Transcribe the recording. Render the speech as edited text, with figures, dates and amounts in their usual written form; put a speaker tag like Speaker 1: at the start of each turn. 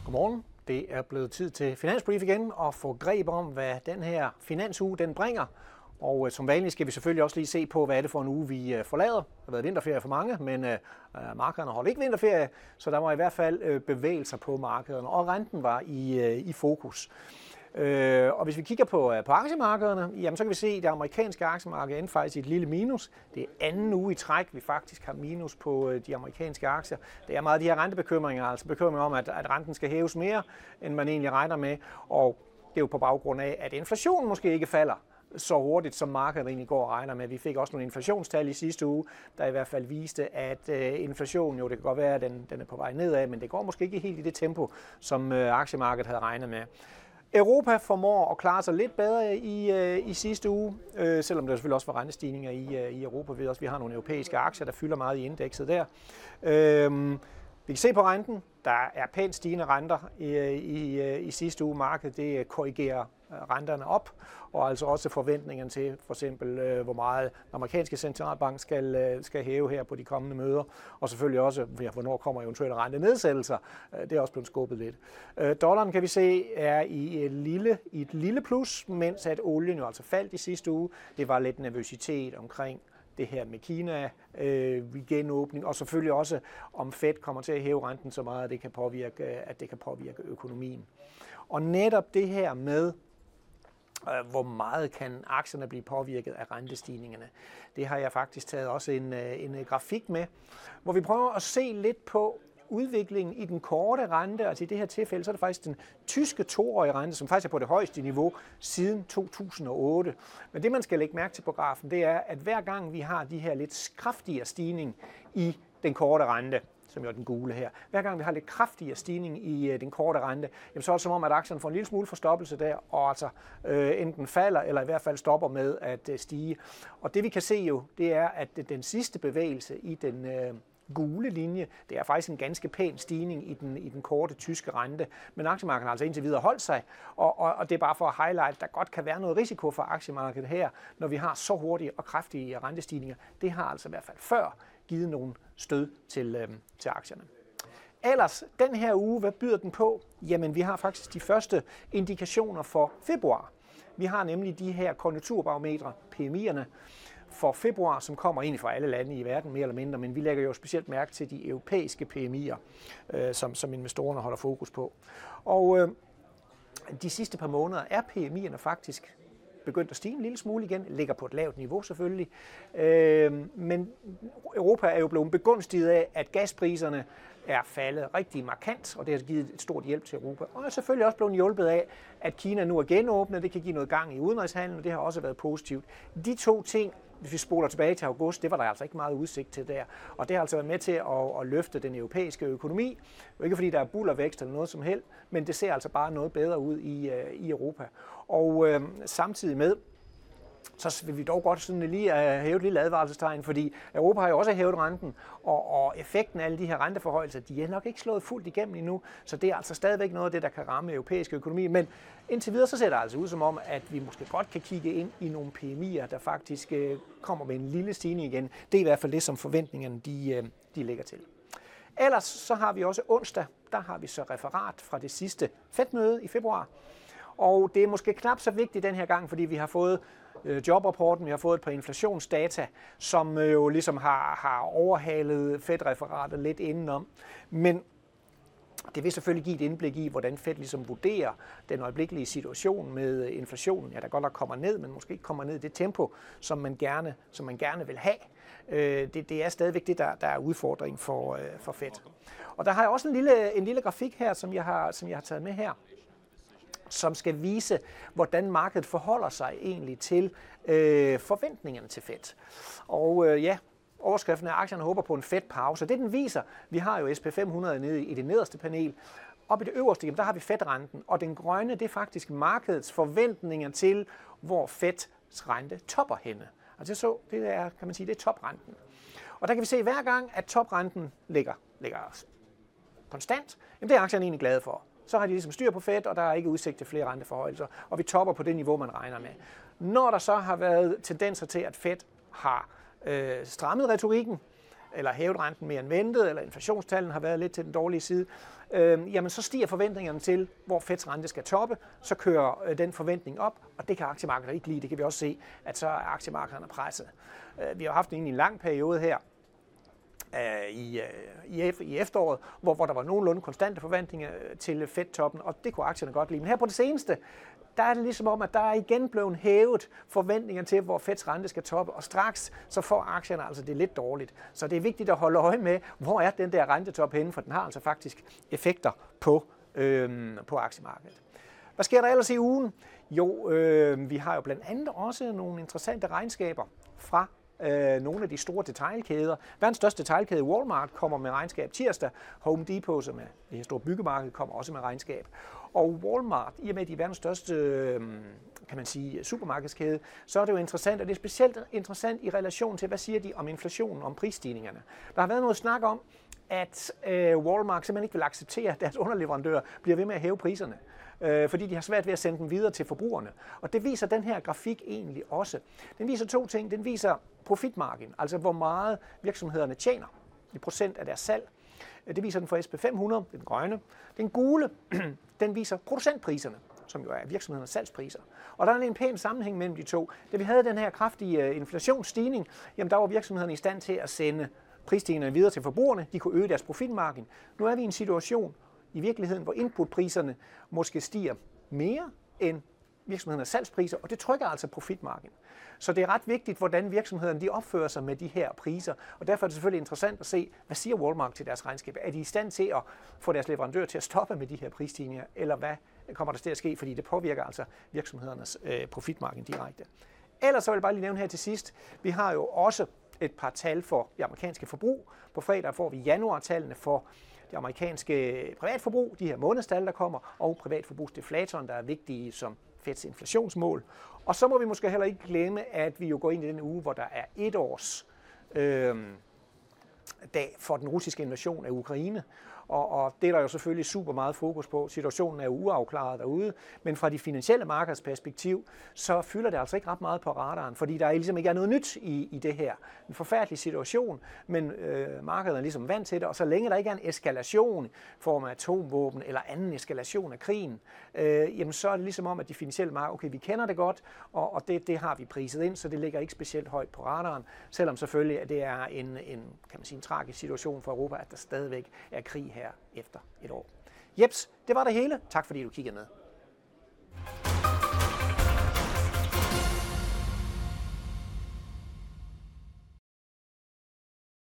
Speaker 1: Godmorgen. Det er blevet tid til Finansbrief igen og få greb om, hvad den her finansuge den bringer. Og som vanligt skal vi selvfølgelig også lige se på, hvad er det for en uge, vi forlader. Der har været vinterferie for mange, men markederne holdt ikke vinterferie, så der var i hvert fald bevægelser på markederne, og renten var i fokus. Og hvis vi kigger på aktiemarkederne, jamen, så kan vi se, at det amerikanske aktiemarked endte faktisk i et lille minus. Det er anden uge i træk, vi faktisk har minus på de amerikanske aktier. Det er meget de her rentebekymringer, altså bekymringer om, at renten skal hæves mere, end man egentlig regner med. Og det er jo på baggrund af, at inflationen måske ikke falder så hurtigt, som markedet egentlig går og regner med. Vi fik også nogle inflationstal i sidste uge, der i hvert fald viste, at inflationen, jo det kan godt være, at den er på vej nedad, men det går måske ikke helt i det tempo, som aktiemarkedet havde regnet med. Europa formår at klare sig lidt bedre i sidste uge, selvom der selvfølgelig også var rentestigninger i Europa. Vi ved også, at vi har nogle europæiske aktier, der fylder meget i indekset der. Vi kan se på renten. Der er pænt stigende renter i sidste uge. Markedet det korrigerer renterne op, og altså også forventningerne til for eksempel, hvor meget den amerikanske centralbank skal hæve her på de kommende møder, og selvfølgelig også, hvornår kommer eventuelle rentenedsættelser. Det er også blevet skubbet lidt. Dollaren kan vi se er i et lille plus, mens at olien jo altså faldt i sidste uge. Det var lidt nervøsitet omkring det her med Kina, genåbning, og selvfølgelig også, om Fed kommer til at hæve renten så meget, at det kan påvirke økonomien. Og netop det her med, hvor meget kan aktierne blive påvirket af rentestigningerne, det har jeg faktisk taget også en grafik med, hvor vi prøver at se lidt på udviklingen i den korte rente, altså i det her tilfælde, så er det faktisk den tyske toårige rente, som faktisk er på det højeste niveau siden 2008. Men det, man skal lægge mærke til på grafen, det er, at hver gang vi har de her lidt kraftigere stigning i den korte rente, som jo er den gule her, hver gang vi har lidt kraftigere stigning i den korte rente, jamen så er det som om, at aktierne får en lille smule forstoppelse der, og altså enten falder, eller i hvert fald stopper med at stige. Og det vi kan se jo, det er, at den sidste bevægelse i den gule linje, det er faktisk en ganske pæn stigning i den korte tyske rente, men aktiemarkedet har altså indtil videre holdt sig, og det er bare for at highlight, at der godt kan være noget risiko for aktiemarkedet her, når vi har så hurtige og kraftige rentestigninger. Det har altså i hvert fald før givet nogle stød til aktierne. Ellers, den her uge, hvad byder den på? Jamen, vi har faktisk de første indikationer for februar. Vi har nemlig de her konjunkturbarometre, PMI'erne, for februar, som kommer egentlig fra alle lande i verden, mere eller mindre, men vi lægger jo specielt mærke til de europæiske PMI'er, som investorerne holder fokus på. Og de sidste par måneder er PMI'erne faktisk begyndt at stige en lille smule igen, ligger på et lavt niveau selvfølgelig, men Europa er jo blevet begunstiget af, at gaspriserne er faldet rigtig markant, og det har givet et stort hjælp til Europa. Og er selvfølgelig også blevet hjulpet af, at Kina nu er genåbnet, det kan give noget gang i udenrigshandlen, og det har også været positivt. De to ting, hvis vi spoler tilbage til august, det var der altså ikke meget udsigt til der. Og det har altså været med til at løfte den europæiske økonomi. Ikke fordi der er bullervækst eller noget som helst, men det ser altså bare noget bedre ud i Europa. Og samtidig med, så vil vi dog godt sådan lige hæve et lille advarselstegn, fordi Europa har jo også hævet renten, og effekten af alle de her renteforhøjelser, de er nok ikke slået fuldt igennem endnu, så det er altså stadigvæk noget af det, der kan ramme europæisk økonomi. Men indtil videre, så ser det altså ud som om, at vi måske godt kan kigge ind i nogle PMI'er, der faktisk kommer med en lille stigning igen. Det er i hvert fald det, som forventningerne de ligger til. Ellers så har vi også onsdag, der har vi så referat fra det sidste Fed-møde i februar. Og det er måske knap så vigtigt den her gang, fordi vi har fået jobrapporten, vi har fået et par inflationsdata, som jo ligesom har overhalet Fed-referatet lidt indenom. Men det vil selvfølgelig give et indblik i, hvordan Fed ligesom vurderer den øjeblikkelige situation med inflationen. Ja, der godt nok kommer ned, men måske ikke kommer ned i det tempo, som man gerne vil have. Det er stadigvæk det, der er udfordring for Fed. Og der har jeg også en lille grafik her, som jeg har taget med her, som skal vise, hvordan markedet forholder sig egentlig til forventningerne til Fed. Og overskriften af aktierne håber på en Fed-pause. Det den viser, vi har jo SP 500 nede i det nederste panel. Oppe i det øverste, der har vi Fed-renten, og den grønne, det er faktisk markedets forventninger til, hvor Feds rente topper henne. Altså det er, kan man sige, det er toprenten. Og der kan vi se, at hver gang, at toprenten ligger konstant, jamen det er aktierne egentlig glade for. Så har de ligesom styr på Fed, og der er ikke udsigt til flere renteforhøjelser, og vi topper på det niveau, man regner med. Når der så har været tendenser til, at Fed har strammet retorikken, eller hævet renten mere end ventet, eller inflationstallene har været lidt til den dårlige side, jamen så stiger forventningerne til, hvor Feds rente skal toppe, så kører den forventning op, og det kan aktiemarkedet ikke lide. Det kan vi også se, at så er aktiemarkederne presset. Vi har haft en lang periode her i efteråret, hvor der var nogenlunde konstante forventninger til Fed-toppen, og det kunne aktierne godt lide. Men her på det seneste, der er det ligesom om, at der er igen blevet hævet forventninger til, hvor Feds rente skal toppe, og straks så får aktierne altså det lidt dårligt. Så det er vigtigt at holde øje med, hvor er den der rentetop henne, for den har altså faktisk effekter på aktiemarkedet. Hvad sker der ellers i ugen? Jo, vi har jo blandt andet også nogle interessante regnskaber fra nogle af de store detailkæder. Verdens største detailkæde, Walmart, kommer med regnskab tirsdag. Home Depot, som er det her store byggemarked, kommer også med regnskab. Og Walmart, i og med at de er verdens største, kan man sige, supermarkedskæde, så er det jo interessant, og det er specielt interessant i relation til, hvad siger de om inflationen, om prisstigningerne. Der har været noget snak om, at Walmart simpelthen ikke vil acceptere, at deres underleverandører bliver ved med at hæve priserne, fordi de har svært ved at sende dem videre til forbrugerne. Og det viser den her grafik egentlig også. Den viser to ting. Den viser profitmargin, altså hvor meget virksomhederne tjener i procent af deres salg. Det viser den for SP 500, den grønne. Den gule, den viser producentpriserne, som jo er virksomhedernes salgspriser. Og der er en pæn sammenhæng mellem de to. Da vi havde den her kraftige inflationsstigning, jamen der var virksomhederne i stand til at sende prisstigningerne videre til forbrugerne. De kunne øge deres profitmargin. Nu er vi i en situation i virkeligheden, hvor inputpriserne måske stiger mere end virksomhedernes salgspriser, og det trykker altså profitmargin. Så det er ret vigtigt, hvordan virksomhederne de opfører sig med de her priser, og derfor er det selvfølgelig interessant at se, hvad siger Walmart til deres regnskab? Er de i stand til at få deres leverandør til at stoppe med de her prisstigninger, eller hvad kommer der til at ske? Fordi det påvirker altså virksomhedernes profitmargin direkte. Ellers så vil jeg bare lige nævne her til sidst, vi har jo også et par tal for det amerikanske forbrug. På fredag får vi januartallene for det amerikanske privatforbrug, de her månedstal, der kommer, og privatforbrugsdeflatoren, der er vigtige som Feds inflationsmål. Og så må vi måske heller ikke glemme, at vi jo går ind i den uge, hvor der er 1 års dag for den russiske invasion af Ukraine. Og det er der jo selvfølgelig super meget fokus på. Situationen er jo uafklaret derude, men fra de finansielle markeders perspektiv, så fylder det altså ikke ret meget på radaren, fordi der ligesom ikke er noget nyt i det her. En forfærdelig situation, men markederne er ligesom vant til det, og så længe der ikke er en eskalation i form af atomvåben eller anden eskalation af krigen, jamen så er det ligesom om, at de finansielle markeder, okay, vi kender det godt, og det har vi priset ind, så det ligger ikke specielt højt på radaren, selvom selvfølgelig at det er en kan man sige, en tragisk situation for Europa, at der stadigvæk er krig her efter 1 år. Jeps, det var det hele. Tak fordi du kiggede med.